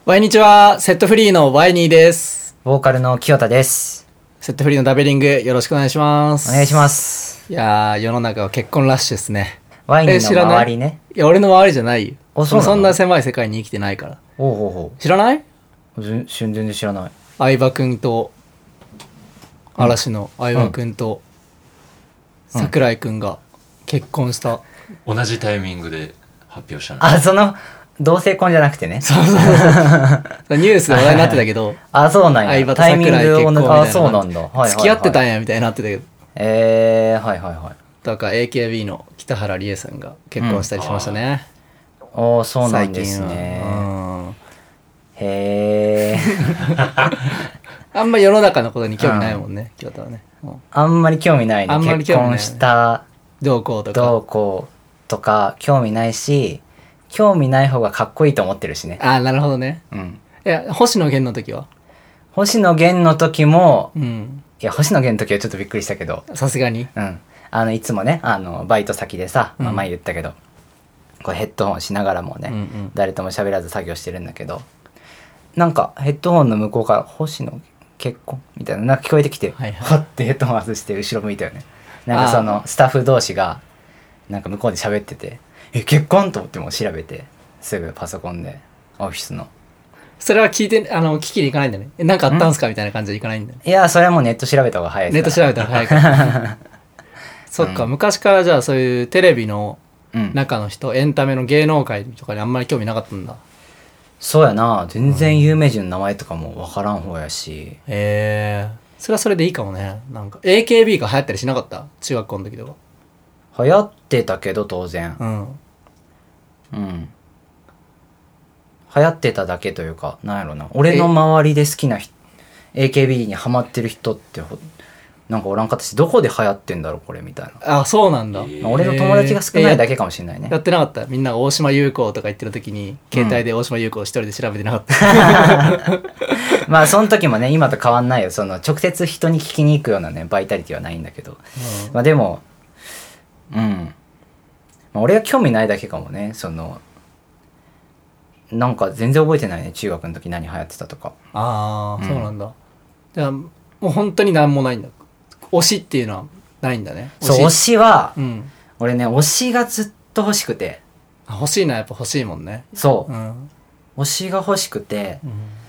こんにちは、セットフリーのワイニーです。 ボーカルの清田です。 セットフリーのダベリングよろしくお願いします。 お願いします。 いやー、世の中は結婚ラッシュですね。 ワイニーの周りね。 いや、俺の周りじゃないよ。 そんな狭い世界に生きてないから。知らない？ 全然知らない。 相葉くんと、嵐の相葉くんと、桜井くんが結婚した。 同じタイミングで発表したの。 あ、同性婚じゃなくてね。 そうニュースで話題になってたけど。 あ、そうなんや。 相葉と桜井結婚みたいな。 あ、そうなんだ。 付き合ってたんやみたいになってたけど。 はいはいはい。 だから AKB の北原理恵さんが結婚したりしましたね。 おー、そうなんですね。へー。 あんま世の中のことに興味ないもんね、京都はね。 あんまり興味ないね。結婚したどうこうとか興味ないし、興味ない方がかっこいいと思ってるしね。 あ、なるほどね。いや、星野源の時は星野源の時も、 いや、星野源の時はちょっとびっくりしたけど。 さすがに。 いつもね、バイト先でさ、前言ったけど、こうヘッドホンしながらもね、誰とも喋らず作業してるんだけど、なんかヘッドホンの向こうから星野結婚みたいな、なんか聞こえてきて、はってヘッドホン外して後ろ向いたよね。なんかスタッフ同士が、なんか向こうで喋ってて、結婚と思っても調べて、すぐパソコンで、オフィスの。 それは聞きに行かないんだね。なんかあったんすかみたいな感じで行かないんだね。 いや、それはもうネット調べた方が早いですから。 ネット調べた方が早いから。そっか、昔からじゃあそういうテレビの中の人、エンタメの芸能界とかにあんまり興味なかったんだ。 そうやな、全然有名人の名前とかも分からん方やし。 それはそれでいいかもね。なんか AKB が流行ったりしなかった？中学校の時とか。 流行ってたけど当然。流行ってただけというか、なんやろな。俺の周りで好きなAKB にハマってる人ってなんかおらんかったし、どこで流行ってんだろうこれみたいな。 あ、そうなんだ。 俺の友達が少ないだけかもしれないね。 やってなかった。みんなが大島優子とか言ってる時に、携帯で大島優子を一人で調べてなかった。 まあその時もね、今と変わんないよ。直接人に聞きに行くようなね、バイタリティはないんだけど。まあでも、俺は興味ないだけかもね。なんか全然覚えてないね。中学の時何流行ってたとか。 ああ、そうなんだ。じゃあもう本当に何もないんだ。推しっていうのはないんだね。 そう、推しは、俺ね、推しがずっと欲しくて。 欲しいのはやっぱ欲しいもんね。 そう。推しが欲しくて、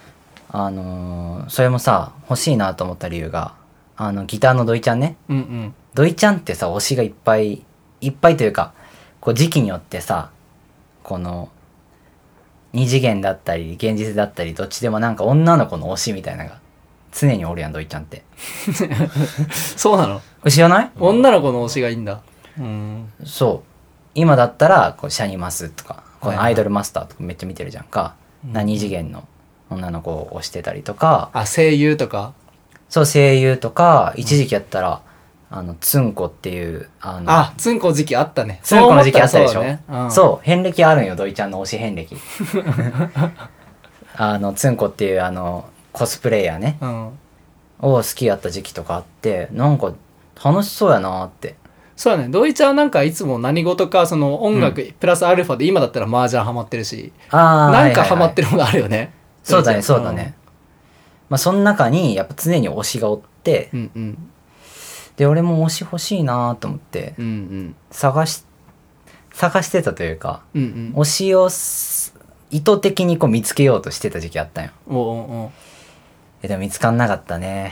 それもさ、欲しいなと思った理由が、ギターの土井ちゃんね。土井ちゃんってさ、推しがいっぱいというか、こう時期によってさ、この、二次元だったり、現実だったり、どっちでもなんか女の子の推しみたいなのが、常におるやん、土井ちゃんって。 そうなの？ 知らない？ 女の子の推しがいいんだ。 そう。今だったら、こうシャニマスとか、このアイドルマスターとかめっちゃ見てるじゃんか。二次元の女の子を推してたりとか。 あ、声優とか？ そう、声優とか、一時期やったら、つんこっていう、 つんこ時期あったね。 つんこの時期あったでしょ？そう、遍歴あるんよ、土井ちゃんの推し遍歴。つんこっていうコスプレイヤーね、を好きやった時期とかあって、なんか楽しそうやなって。 そうだね。土井ちゃんなんかいつも何事か音楽プラスアルファで今だったら麻雀ハマってるし、なんかハマってるものあるよね。 そうだね、そうだね。まあその中にやっぱ常に推しがおって、で俺も推し欲しいなと思って、探してたというか、推しを意図的にこう見つけようとしてた時期あったんよ。でも見つかんなかったね。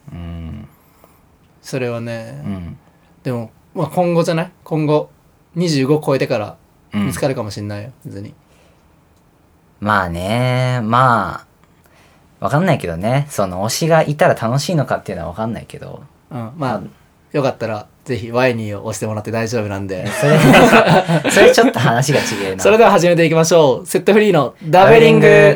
それはね、でも、まあ、今後じゃない？今後25超えてから見つかるかもしんないよ、別に。まあね、まあわかんないけどね。推しがいたら楽しいのかっていうのはわかんないけど、 まあよかったらぜひワイニーを押してもらって大丈夫なんで。 それちょっと話が違えな。 それでは始めていきましょう。セットフリーのダベリング。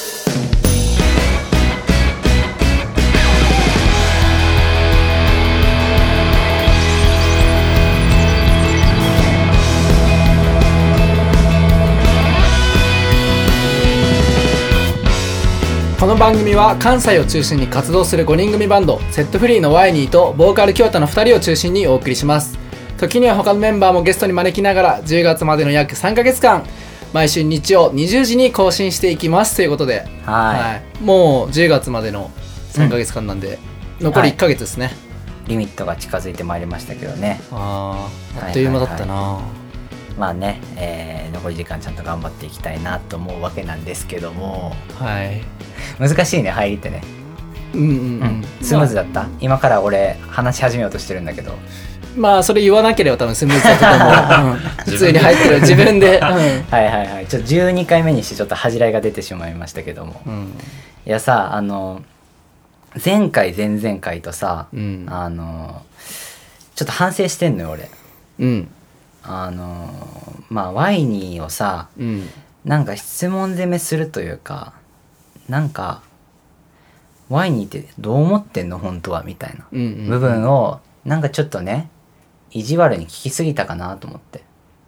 この番組は関西を中心に活動する5人組バンドセットフリーのワイニーとボーカル京太の2人を中心にお送りします。時には他のメンバーもゲストに招きながら10月までの約3ヶ月間毎週日曜20時に更新していきますということで、はい、もう10月までの3ヶ月間なんで、残り1ヶ月ですね、 リミットが近づいてまいりましたけどね。 あっという間だったな、 まあね、残り時間ちゃんと頑張っていきたいなと思うわけなんですけども、 はい、 難しいね入りってね。スムーズだった、今から俺話し始めようとしてるんだけど、 まあそれ言わなければ多分スムーズだったと思う、普通に入ってる自分で、はいはいはい、ちょっと12回目にしてちょっと恥じらいが出てしまいましたけども、いやさ、前回前々回とさ、ちょっと反省してんのよ俺。まあワイニーをさ、なんか質問攻めするというか、なんかワイニーってどう思ってんの本当はみたいな部分をなんかちょっとね意地悪に聞きすぎたかなと思って。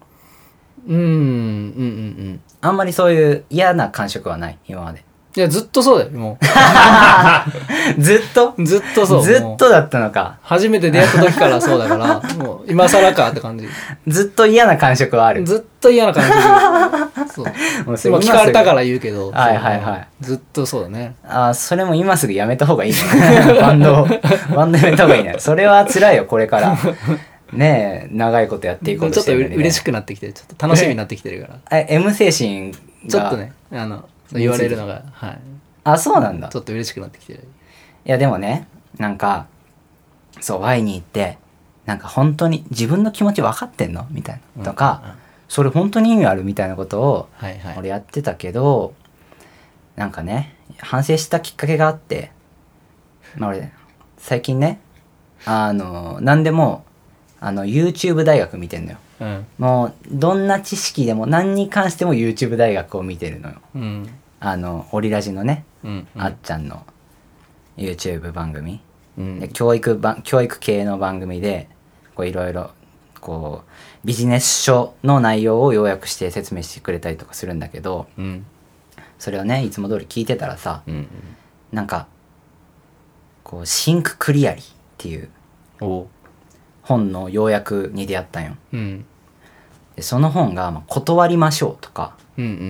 あんまりそういう嫌な感触はない今まで。 いやずっとそうだよもうずっとそう、 ずっとだったのか。 初めて出会った時からそうだからもう今更かって感じ。 ずっと嫌な感触はある。 ずっと嫌な感触そう今聞かれたから言うけど、 はいはいはい、 ずっとそうだね。 それも今すぐやめた方がいいねバンドやめた方がいいね。それは辛いよこれからねえ長いことやっていこうとしてるのに、ね、 ちょっと嬉しくなってきてる、ちょっと楽しみになってきてるから。 M 精神がちょっとね言われるのが、はい、 そうなんだ。 ちょっと嬉しくなってきてる。 いやでもね、なんかそうワイニーってなんか本当に自分の気持ち分かってんのみたいなとか、それ本当に意味あるみたいなことを俺やってたけど、なんかね反省したきっかけがあって、まあ俺最近ね何でもYouTube 大学見てんのよ。もうどんな知識でも何に関しても YouTube 大学を見てるのよ。オリラジのね、あっちゃんの YouTube 番組、で教育系の番組でいろいろビジネス書の内容を要約して説明してくれたりとかするんだけど、それをねいつも通り聞いてたらさ、なんかシンククリアリーっていう本の要約に出会ったんよ。でその本が断りましょうとか、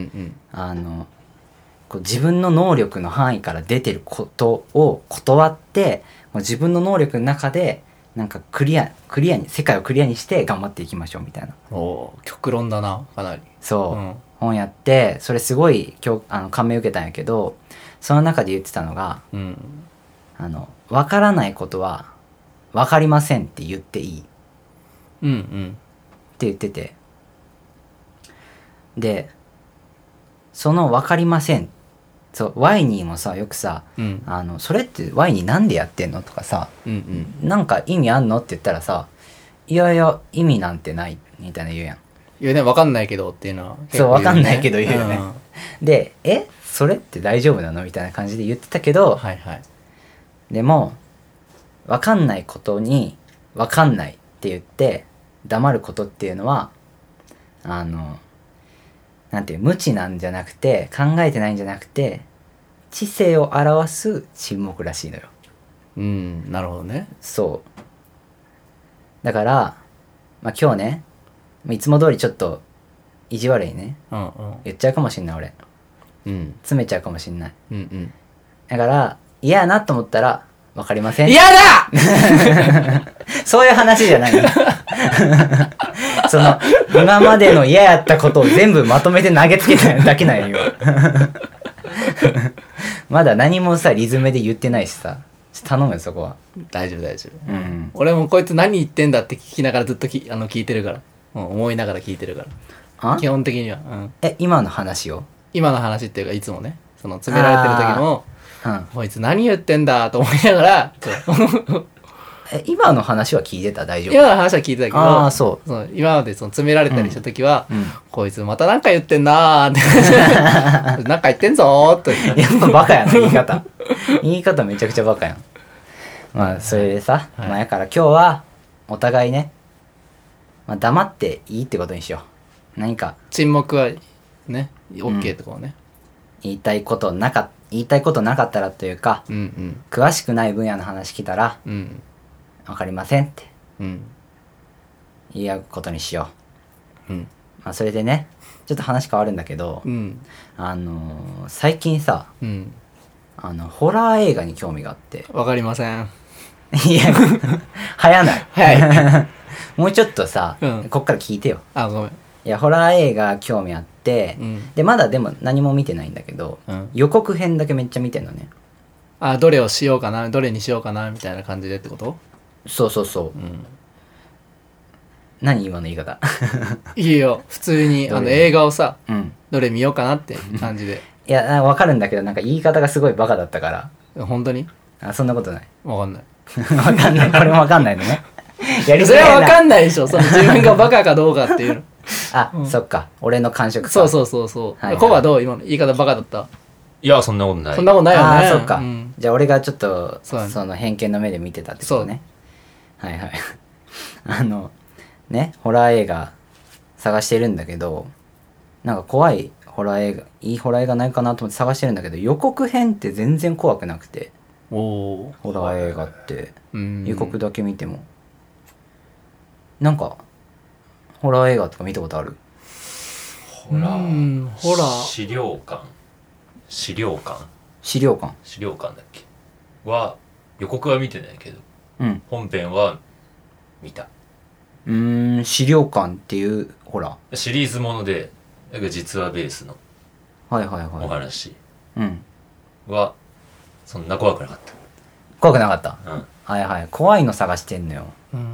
自分の能力の範囲から出てることを断って自分の能力の中でなんかクリアに世界をクリアにして頑張っていきましょうみたいな。 極論だなかなり。 そう、本やってそれすごい感銘受けたんやけど、その中で言ってたのが、分からないことは分かりませんって言っていい、って言ってて、でその分かりません、そうワイニーもさよくさ、それってワイニーなんでやってんのとかさ、なんか意味あんのって言ったらさ、いやいや意味なんてないみたいな言うやん。 いやね分かんないけどっていうのは、 そう分かんないけど言うよね、でそれって大丈夫なのみたいな感じで言ってたけど、でも分かんないことに分かんないって言って黙ることっていうのはなんていう無知なんじゃなくて考えてないんじゃなくて知性を表す沈黙らしいのよ。 なるほどね。 そうだから、今日ねいつも通りちょっと意地悪いね、言っちゃうかもしんない俺、詰めちゃうかもしんない、だから嫌やなと思ったら分かりません。 嫌だそういう話じゃない今までの嫌やったことを全部まとめて投げつけただけなんよまだ何もさリズムで言ってないしさ、頼むよそこは。 大丈夫、俺もこいつ何言ってんだって聞きながらずっと聞いてるから、思いながら聞いてるから、基本的には、 今の話を今の話っていうかいつもね詰められてる時も、こいつ何言ってんだと思いながら今の話は聞いてた？大丈夫？ 今の話は聞いてたけど、 そう今まで詰められたりした時は、こいつまた何か言ってんなーって何か言ってんぞーってやっぱバカやな言い方めちゃくちゃバカやん。それでさ、やから今日はお互いね、黙っていいってことにしよう。何か沈黙はね OK ってことね、 言いたいことなかったらというか、詳しくない分野の話来たら、分かりませんって、言い合うことにしよう。 まあそれでねちょっと話変わるんだけど、最近さ、ホラー映画に興味があって。 わかりません。 いや早ないはいもうちょっとさ、こっから聞いてよ。 あ、ごめん。 いやホラー映画興味あって、でまだでも何も見てないんだけど、予告編だけめっちゃ見てんのね。 あ、どれをしようかな、どれにしようかなみたいな感じでってこと？ そうそうそう、何今の言い方いいよ、普通に映画をさ、 うんどれ見ようかなって感じで。 いや分かるんだけど、なんか言い方がすごいバカだったから。 本当に？ あ、そんなことない。 わかんない。 分かんない、これも分かんないのねやりそれづらいな。 はわかんないでしょ、その自分がバカかどうかっていうの。 あ、そっか、俺の感触か。 そうそうそうそう。 はいはいコバどう？今の言い方バカだった？ いやそんなことない。 そんなことないよね。 ああそっか、 うんじゃあ俺がちょっとそうだねその偏見の目で見てたってことね。はいはいね、ホラー映画探してるんだけど、なんか怖いホラー映画、いいホラー映画ないかなと思って探してるんだけど、予告編って全然怖くなくて。 おホラー映画ってー。 予告だけ見ても、なんかホラー映画とか見たことある？ ホラー。 ホラー。 資料館資料館だっけは予告は見てないけど、本編は見た。 資料館っていうホラーシリーズもので、なんか実話ベースのお話はそんな怖くなかった。 怖くなかった。はいはい、怖いの探してんのよ。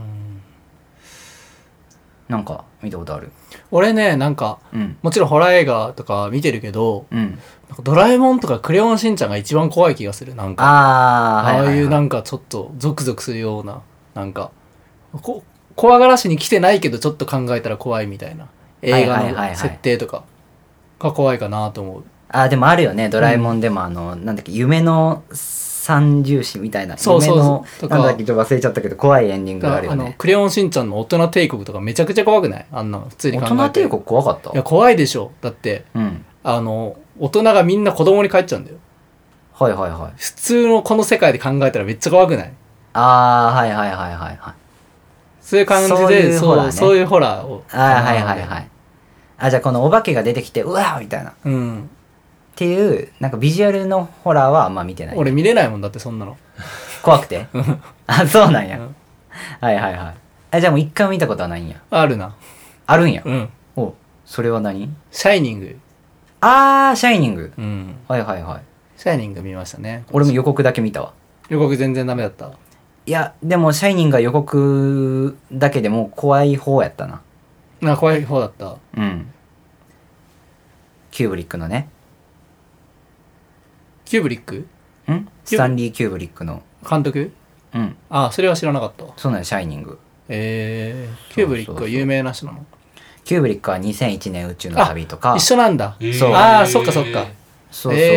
なんか見たことある？ 俺ね、なんか、もちろんホラー映画とか見てるけど、なんかドラえもんとかクレヨンしんちゃんが一番怖い気がする。なんかああいうなんかちょっとゾクゾクするような、なんか怖がらしに来てないけどちょっと考えたら怖いみたいな映画の設定とかが怖いかなと思う。 あ、でもあるよね、ドラえもんでもなんだっけ、夢の三重視みたいな、 そう夢のなんだっけ、ちょっと忘れちゃったけど怖いエンディングがあるよね。 クレヨンしんちゃんの大人帝国とかめちゃくちゃ怖くない？あんな普通に考えて。 大人帝国怖かった？ いや怖いでしょ。だって、大人がみんな子供に帰っちゃうんだよ。 はいはいはい。 普通のこの世界で考えたらめっちゃ怖くない？ ああ、はいはいはいはいはい。 そういう感じで、そういうホラーを。 ああ、はいはいはい。あ、じゃあこのお化けが出てきてうわーみたいな。っていうなんかビジュアルのホラーはあんま見てない。 俺見れないもんだってそんなの。 怖くて？あ、そうなんや。はいはいはい。じゃあもう一回も見たことはないんや。 あるな。 あるんや。お、それは何？ シャイニング。 あー、シャイニング。はいはいはい。 シャイニング見ましたね。 俺も予告だけ見たわ。 予告全然ダメだった？ いや、でもシャイニングが予告だけでも怖い方やったな。 怖い方だった。 キューブリックのね。 キューブリック？ スタンリー・キューブリックの監督？あ、それは知らなかった。 そうなの、シャイニング。 キューブリックは有名な人なの？ キューブリックは2001年宇宙の旅とか。 一緒なんだ。 そう。 ああ、そっかそっか。 そうそうそう。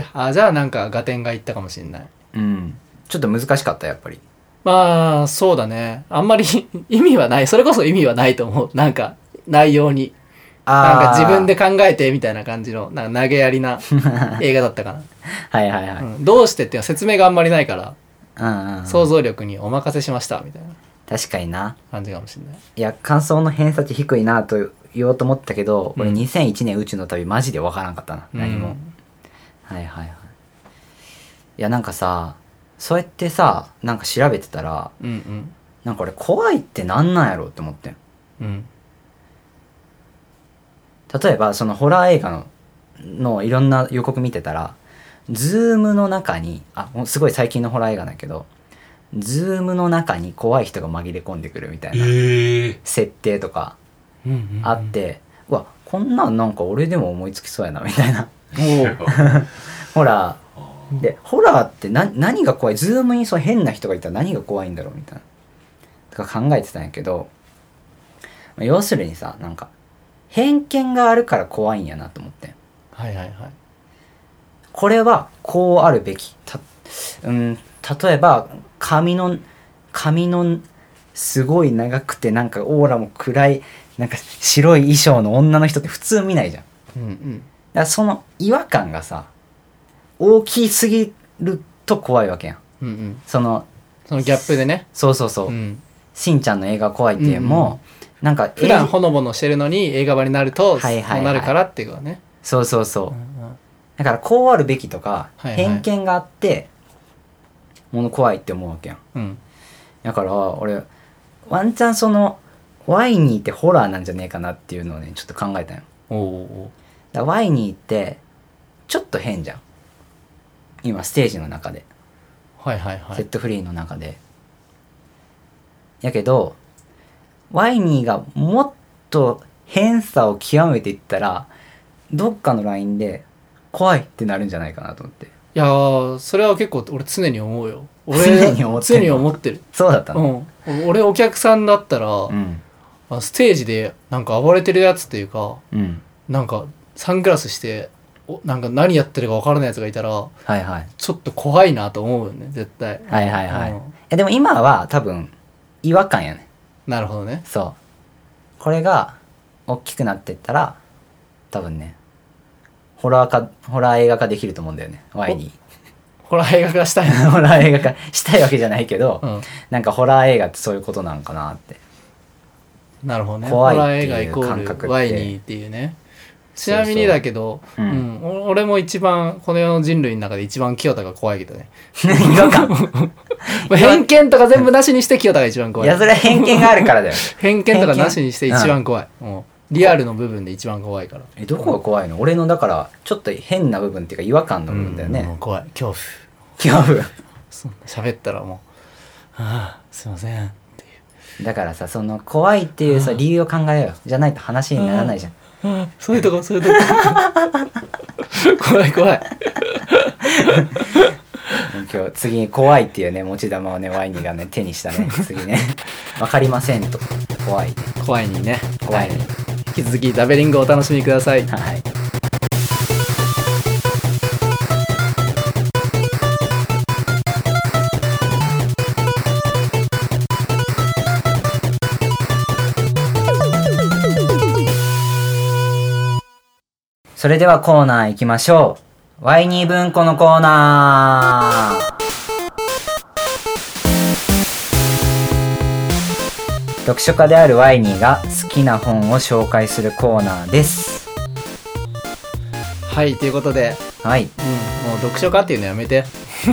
あ、じゃあなんか合点がいったかもしれない。 ちょっと難しかった、やっぱり。 まあ、そうだね。あんまり意味はない。それこそ意味はないと思う。なんか、内容に。なんか自分で考えてみたいな感じの、なんか投げやりな映画だったかな。 はいはいはい。 どうしてっていう説明があんまりないから、 想像力にお任せしましたみたいな。 確かにな。感じかもしれない。 いや、感想の偏差値低いなと言おうと思ったけど、俺2001年宇宙の旅マジでわからんかったな。何も。はいはいはい。いや、なんかさ、そうやってさ、なんか調べてたら、なんか俺怖いってなんなんやろうって思ってん。例えばそのホラー映画のいろんな予告見てたら、ズームの中に、すごい最近のホラー映画だけど、ズームの中に怖い人が紛れ込んでくるみたいな設定とかあって、うわ、こんなんなんか俺でも思いつきそうやなみたいな。ホラーで、ホラーって何が怖い？ズームにそう変な人がいたら何が怖いんだろうみたいなとか考えてたんやけど、要するにさ、なんか偏見があるから怖いんやなと思って。 はいはいはい。 これはこうあるべき。例えば髪のすごい長くてなんかオーラも暗いなんか白い衣装の女の人って普通見ないじゃん。だからその違和感がさ大きすぎると怖いわけやん。そのギャップでね。 そう、しんちゃんの映画怖いっていうのも、 なんか普段ほのぼのしてるのに映画版になるとそうなるからっていうかね。 そうそうそう、うんうん、だからこうあるべきとか、はいはい、偏見があってもの怖いって思うわけやん、うん、だから俺ワンチャンそのワイニーってホラーなんじゃねえかなっていうのをねちょっと考えたよ。だワイニーってちょっと変じゃん今ステージの中で、 はいはいはい、 セットフリーの中でやけどワイニーがもっと変さを極めていったらどっかのラインで怖いってなるんじゃないかなと思って。 いやーそれは結構俺常に思うよ。 常に思ってる。 そうだったの、 うん、俺お客さんだったら、うん、ステージでなんか暴れてるやつっていうか、うん、なんかサングラスしてなんか何やってるか分からないやつがいたら、はいはい、ちょっと怖いなと思うよね絶対。 はいはいはい、うん、でも今は多分違和感やね。 なるほどね。 そうこれが大きくなっていったら多分ねホラー映画化できると思うんだよね。ワイにホラー映画化したいホラー映画化したいわけじゃないけど、うん、なんかホラー映画ってそういうことなんかなって。 なるほどね。怖いっていう感覚ってホラー映画イコールワイニーっていうね。ちなみにだけど、そうそう、うんうん、俺も一番この世の人類の中で一番清田が怖いけどね。 違和感偏見とか全部なしにして清田が一番怖い。 いやそれは偏見があるからだよ。 偏見とかなしにして一番怖い、うん、リアルの部分で一番怖いから。 どこが怖いの？俺のだからちょっと変な部分っていうか違和感の部分だよね、 うん、怖い恐怖喋ったらもうああすいませんっていう。だからさその怖いっていうさ理由を考えようじゃないと話にならないじゃん。 そういうとこ怖い今日次に怖いっていうね持ち玉をねワイニがね手にしたね次ねわかりませんと怖いにね怖いに、 引き続きダベリングをお楽しみください。 はい。それではコーナー行きましょう。ワイニー文庫のコーナー。読書家であるワイニーが好きな本を紹介するコーナーです。 はいということで、 はい、 うん、もう読書家っていうのやめて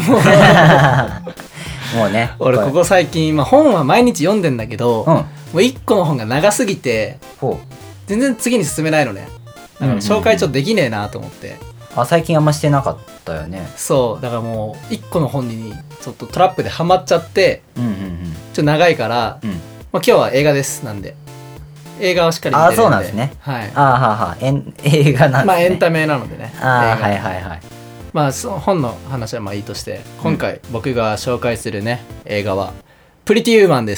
もうね俺ここ最近、まあ、本は毎日読んでんだけど、もう1個の本が長すぎて全然次に進めないのね。だから紹介ちょっとできねえなと思って、 最近あんましてなかったよね。 そうだからもう1個の本にちょっとトラップでハマっちゃって、ちょっと長いから、まあ、今日は映画ですなんで映画をしっかり見てるんで。 そうなんですね。 はい。 映画なんですね。 まあエンタメなのでね。 はいはいはい。 まあその本の話はまあいいとして今回僕が紹介するね映画はプリティウーマンです。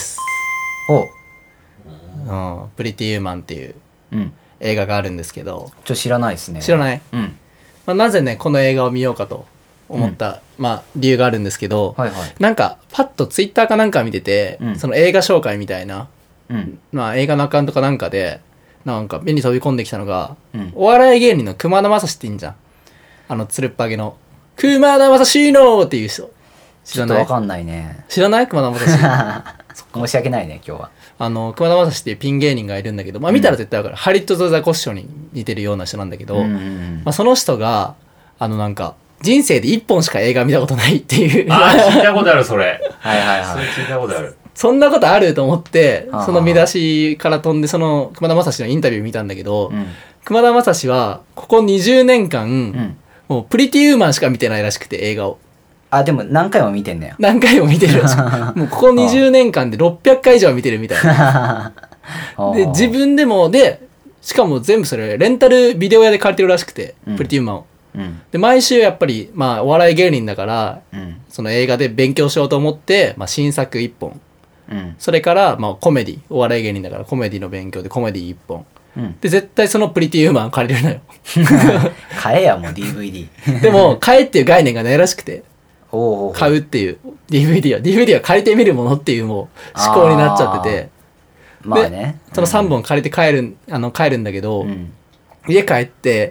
プリティウーマンっていう映画があるんですけど、 知らないですね。 知らない、まあ、なぜねこの映画を見ようかと思った、まあ、理由があるんですけど、なんかパッとツイッターかなんか見てて、その映画紹介みたいな、まあ、映画のアカウントかなんかでなんか目に飛び込んできたのが、お笑い芸人の熊田正史っていいんじゃん。つるっぱげの熊田正史のっていう人知らない？ちょっとわかんないね。 知らない？熊田正史申し訳ないね今日は。 熊田正史っていうピン芸人がいるんだけど、まあ、見たら絶対わかる、ハリウッド・ザ・コッションに似てるような人なんだけど、まあ、その人がなんか人生で1本しか映画見たことないっていう聞いたことあるそれはいはいはい、 それ聞いたことある。 そんなことあると思ってその見出しから飛んでその熊田正史のインタビュー見たんだけど、熊田正史はここ20年間、もうプリティウーマンしか見てないらしくて映画を。 でも何回も見てんだよ。 何回も見てるらしくもうここ20年間で600回以上見てるみたいなで自分でもしかも全部それレンタルビデオ屋で借りてるらしくて、プリティウーマンを、で毎週やっぱりまあお笑い芸人だから、その映画で勉強しようと思って、まあ、新作1本、それからまあコメディ、お笑い芸人だからコメディの勉強でコメディ1本、で絶対そのプリティウーマン借りれるのよ買えやもう DVD でも買えっていう概念がないらしくて買うっていう DVD は借りてみるものっていうもう思考になっちゃってて、 まあね、 その3本借りて帰るんだけど、家帰って、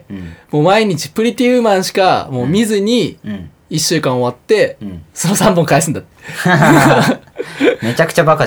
もう毎日プリティウーマンしかもう見ずに1週間終わって、その3本返すんだってめちゃくちゃバカじゃん。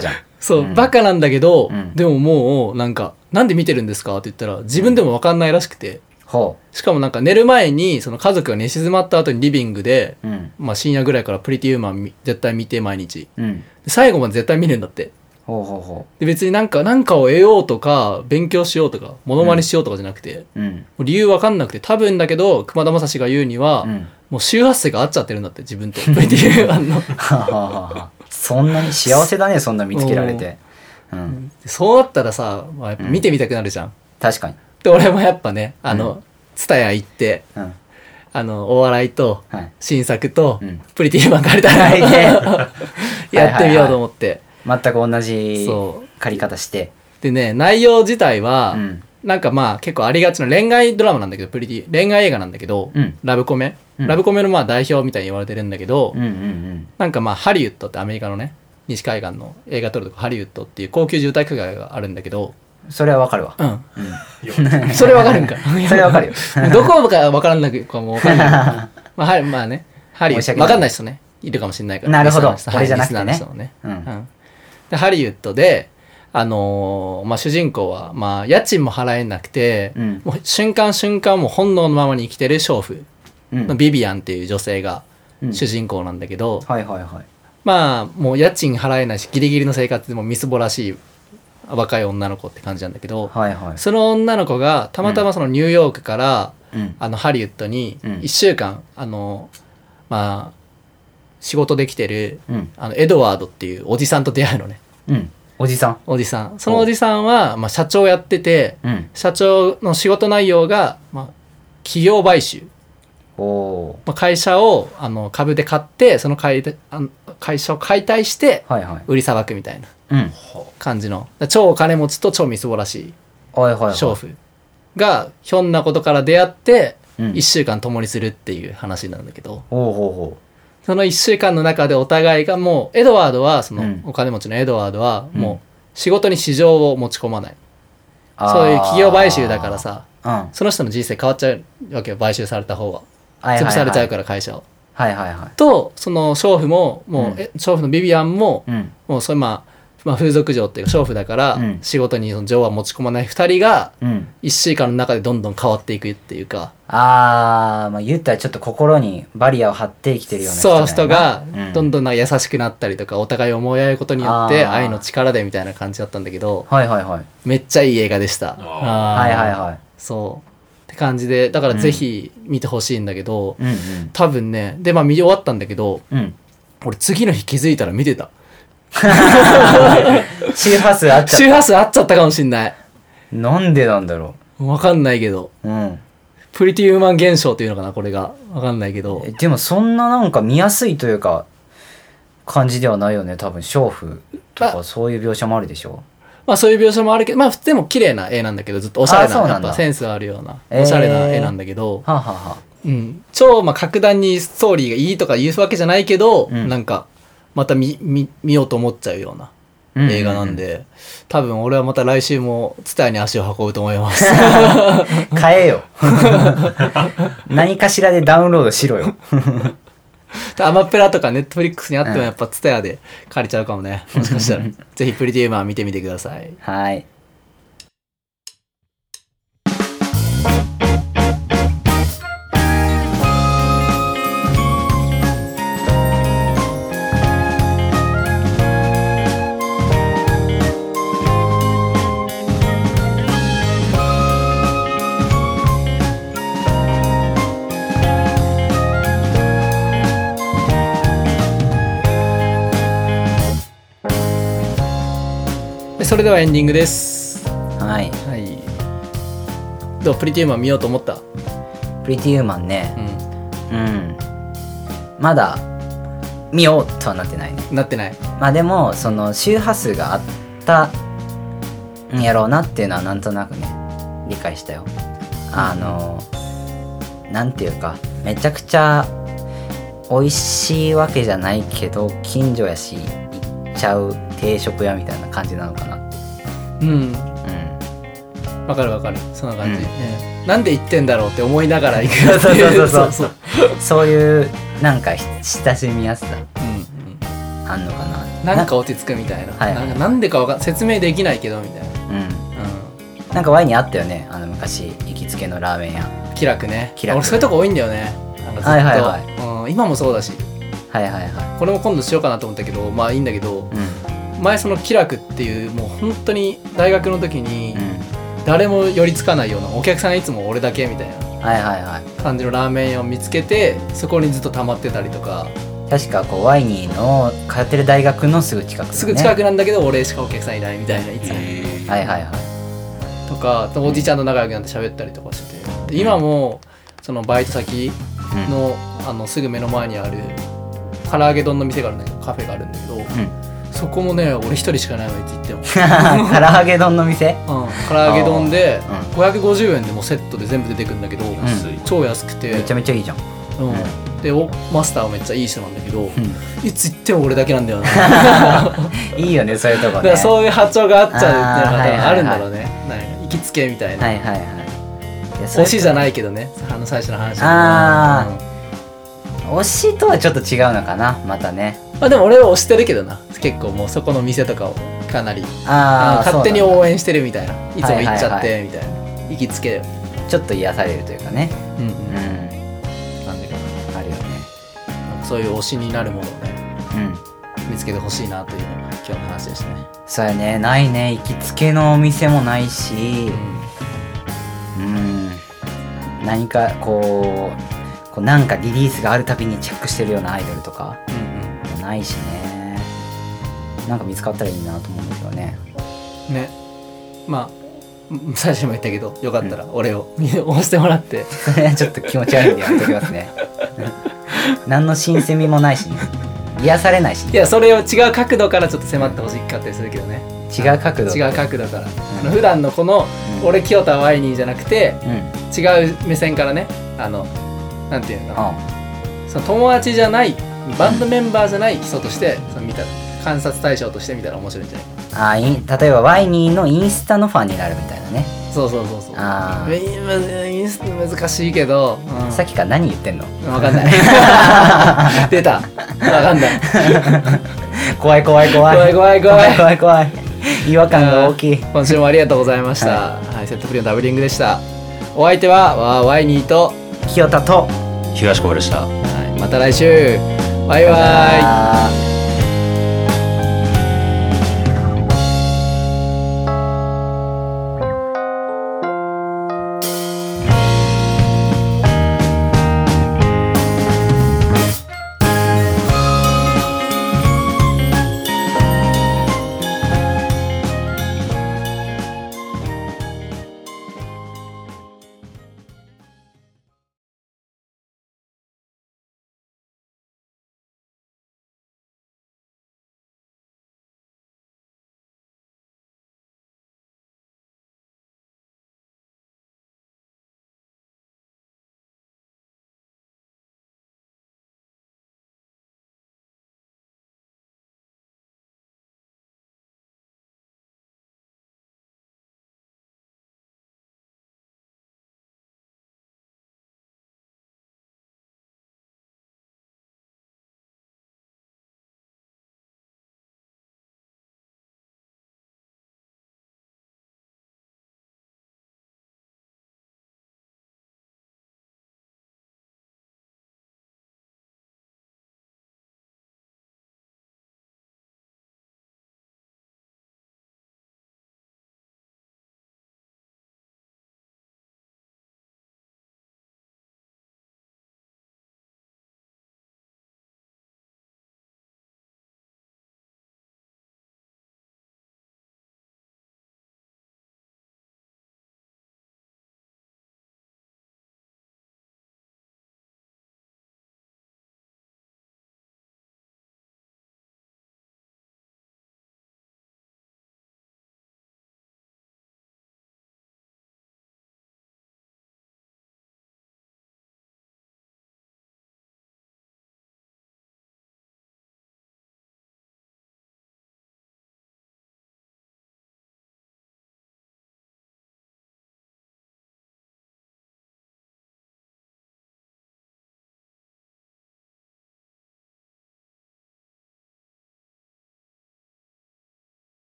そう、バカなんだけど、でももうなんかなんで見てるんですかって言ったら自分でも分かんないらしくて、しかもなんか寝る前にその家族が寝静まった後にリビングで、まあ深夜ぐらいからプリティウーマン絶対見て毎日、最後まで絶対見るんだって。で別になんかを得ようとか勉強しようとかモノマネしようとかじゃなくて、もう理由分かんなくて、多分だけど熊田正史が言うには、もう周波数が合っちゃってるんだって、自分とプリティウーマンのそんなに幸せだね、そんな見つけられて。 そうなったらさ、まあ、やっぱ見てみたくなるじゃん。 確かに。 で俺もやっぱねTSUTAYA行って、お笑いと新作とプリティウーマン借りたらやってみようと思って、 全く同じ借り方して。 でね、内容自体は、なんかまあ結構ありがちな恋愛ドラマなんだけど、恋愛映画なんだけど、ラブコメのまあ代表みたいに言われてるんだけど、なんかまあハリウッドってアメリカのね西海岸の映画撮るとこハリウッドっていう高級住宅街があるんだけど、 それはわかるわ。 それわかるんかそれわかるよ。 どこかわからないかもわかんないまあね、ハリウッドわかんない人ねいるかもしれないから。 なるほど。これじゃなくてね。 でハリウッドでまあ、主人公は、まあ、家賃も払えなくて、もう瞬間もう本能のままに生きてる娼婦のビビアンっていう女性が主人公なんだけど、まあもう家賃払えないしギリギリの生活でもみすぼらしい若い女の子って感じなんだけど、その女の子がたまたまそのニューヨークから、ハリウッドに1週間、まあ仕事できてる、エドワードっていうおじさんと出会うのね。 おじさん。 そのおじさんは、まあ、社長やってて、社長の仕事内容が、まあ、企業買収。まあ、会社を株で買って、その会社を解体して売りさばくみたいな感じの、超お金持ちと超みすぼらしい娼婦がひょんなことから出会って1週間共にするっていう話なんだけど、その1週間の中でお互いがもうエドワードはそのお金持ちのエドワードはもう仕事に市場を持ち込まない、そういう企業買収だからさ、その人の人生変わっちゃうわけよ、買収された方は潰されちゃうから会社を。とその娼婦ももう娼婦のビビアンももうそれまあ風俗嬢っていうか娼婦だから仕事にその情は持ち込まない2人が1週間の中でどんどん変わっていくっていうか、 まあ言ったらちょっと心にバリアを張って生きてるような人だよな。 そう、人がどんどん優しくなったりとか、お互い思い合うことによって愛の力でみたいな感じだったんだけど、めっちゃいい映画でした。そうって感じで、だからぜひ見てほしいんだけど、多分ね、でまあ見終わったんだけど、俺次の日気づいたら見てた。 周波数合っちゃったかもしんない。 なんでなんだろう、分かんないけど、プリティウーマン現象っていうのかな、これが分かんないけど、 でもそんななんか見やすいというか感じではないよね、多分娼婦とかそういう描写もあるでしょ。 まあそういう描写もあるけど、まあでも綺麗な絵なんだけど、ずっとおしゃれな、やっぱセンスあるようなおしゃれな絵なんだけど、超まあ格段にストーリーがいいとか言うわけじゃないけど、なんかまた見ようと思っちゃうような映画なんで、多分俺はまた来週もTSUTAYAに足を運ぶと思います。 買えよ。何かしらでダウンロードしろよ。 アマプラとかネットフリックスにあってもやっぱTSUTAYAで借りちゃうかもね、もしかしたら。ぜひプリティウーマン見てみてください。 はい。 それではエンディングです。 はい、 どう、プリティウーマン見ようと思った？ プリティウーマンね、まだ見ようとはなってないね。 なってない。 まあでもその周波数があったんやろうなっていうのはなんとなくね理解したよ。なんていうかめちゃくちゃ美味しいわけじゃないけど近所やし行っちゃう定食屋みたいな感じなのかな。 わかるそんな感じ、なんで行ってんだろうって思いながら行くそういうなんか親しみやすさ、 あんのかな。 なんか落ち着くみたいな、なんでか説明できないけどみたいな。 なんかワイにあったよね、昔行きつけのラーメン屋。 気楽ね。俺そういうとこ多いんだよね。今もそうだし。これも今度しようかなと思ったけど、まあいいんだけど、前その気楽っていうもう本当に大学の時に誰も寄りつかないような、お客さんいつも俺だけみたいな感じのラーメン屋を見つけて、そこにずっと溜まってたりとか。 確かこうワイニーの通ってる大学のすぐ近く、 すぐ近くなんだけど俺しかお客さんいないみたいな、いつもとか、おじちゃんと仲良くなって喋ったりとかしてて、今もそのバイト先の、すぐ目の前にある唐揚げ丼の店があるんだけど、カフェがあるんだけど、そこもね俺一人しかないわ、いつ行っても。 唐揚げ丼の店？ 唐揚げ丼で550円でもセットで全部出てくるんだけど、超安くてめちゃめちゃいいじゃん。 でマスターはめっちゃいい人なんだけど、いつ行っても俺だけなんだよね。 いいよねそういうとこね。 だからそういう波長が合っちゃうっていうのがあるんだろうね。行きつけみたいな。推しじゃないけどね、最初の話。 推しとはちょっと違うのかな、またね。 でも俺は推してるけどな、結構もうそこの店とかをかなり勝手に応援してるみたいな、いつも行っちゃってみたいな、行きつけちょっと癒されるというかね。 なんでかな、あるよね。そういう推しになるものをね、見つけてほしいなというのが今日の話でしたね。 そうやね、ないね、行きつけのお店もないし、何かこうなんかリリースがあるたびにチェックしてるようなアイドルとかもないしね。なんか見つかったらいいなと思うんだけどね。 ね、まあ最初も言ったけど、よかったら俺を押してもらって。 それはちょっと気持ち悪いんでやめときますね。何の新鮮味もないしね、癒されないしね。 いや、それを違う角度からちょっと迫ってほしかったりするけどね。 違う角度から、普段のこの俺清田ワイニーじゃなくて、違う目線からね、なんていうのかな、その友達じゃないバンドメンバーじゃない人として見た、観察対象として見たら面白いんじゃないか。 例えばワイニーのインスタのファンになるみたいなね。 そう。インスタ難しいけど、 さっきから何言ってんの？ 分かんない。出た。分かんない。 怖い。違和感が大きい。 今週もありがとうございました。セットフリーのダブリングでした。お相手はワイニーと清田と東小でした。 また来週。バイバイ。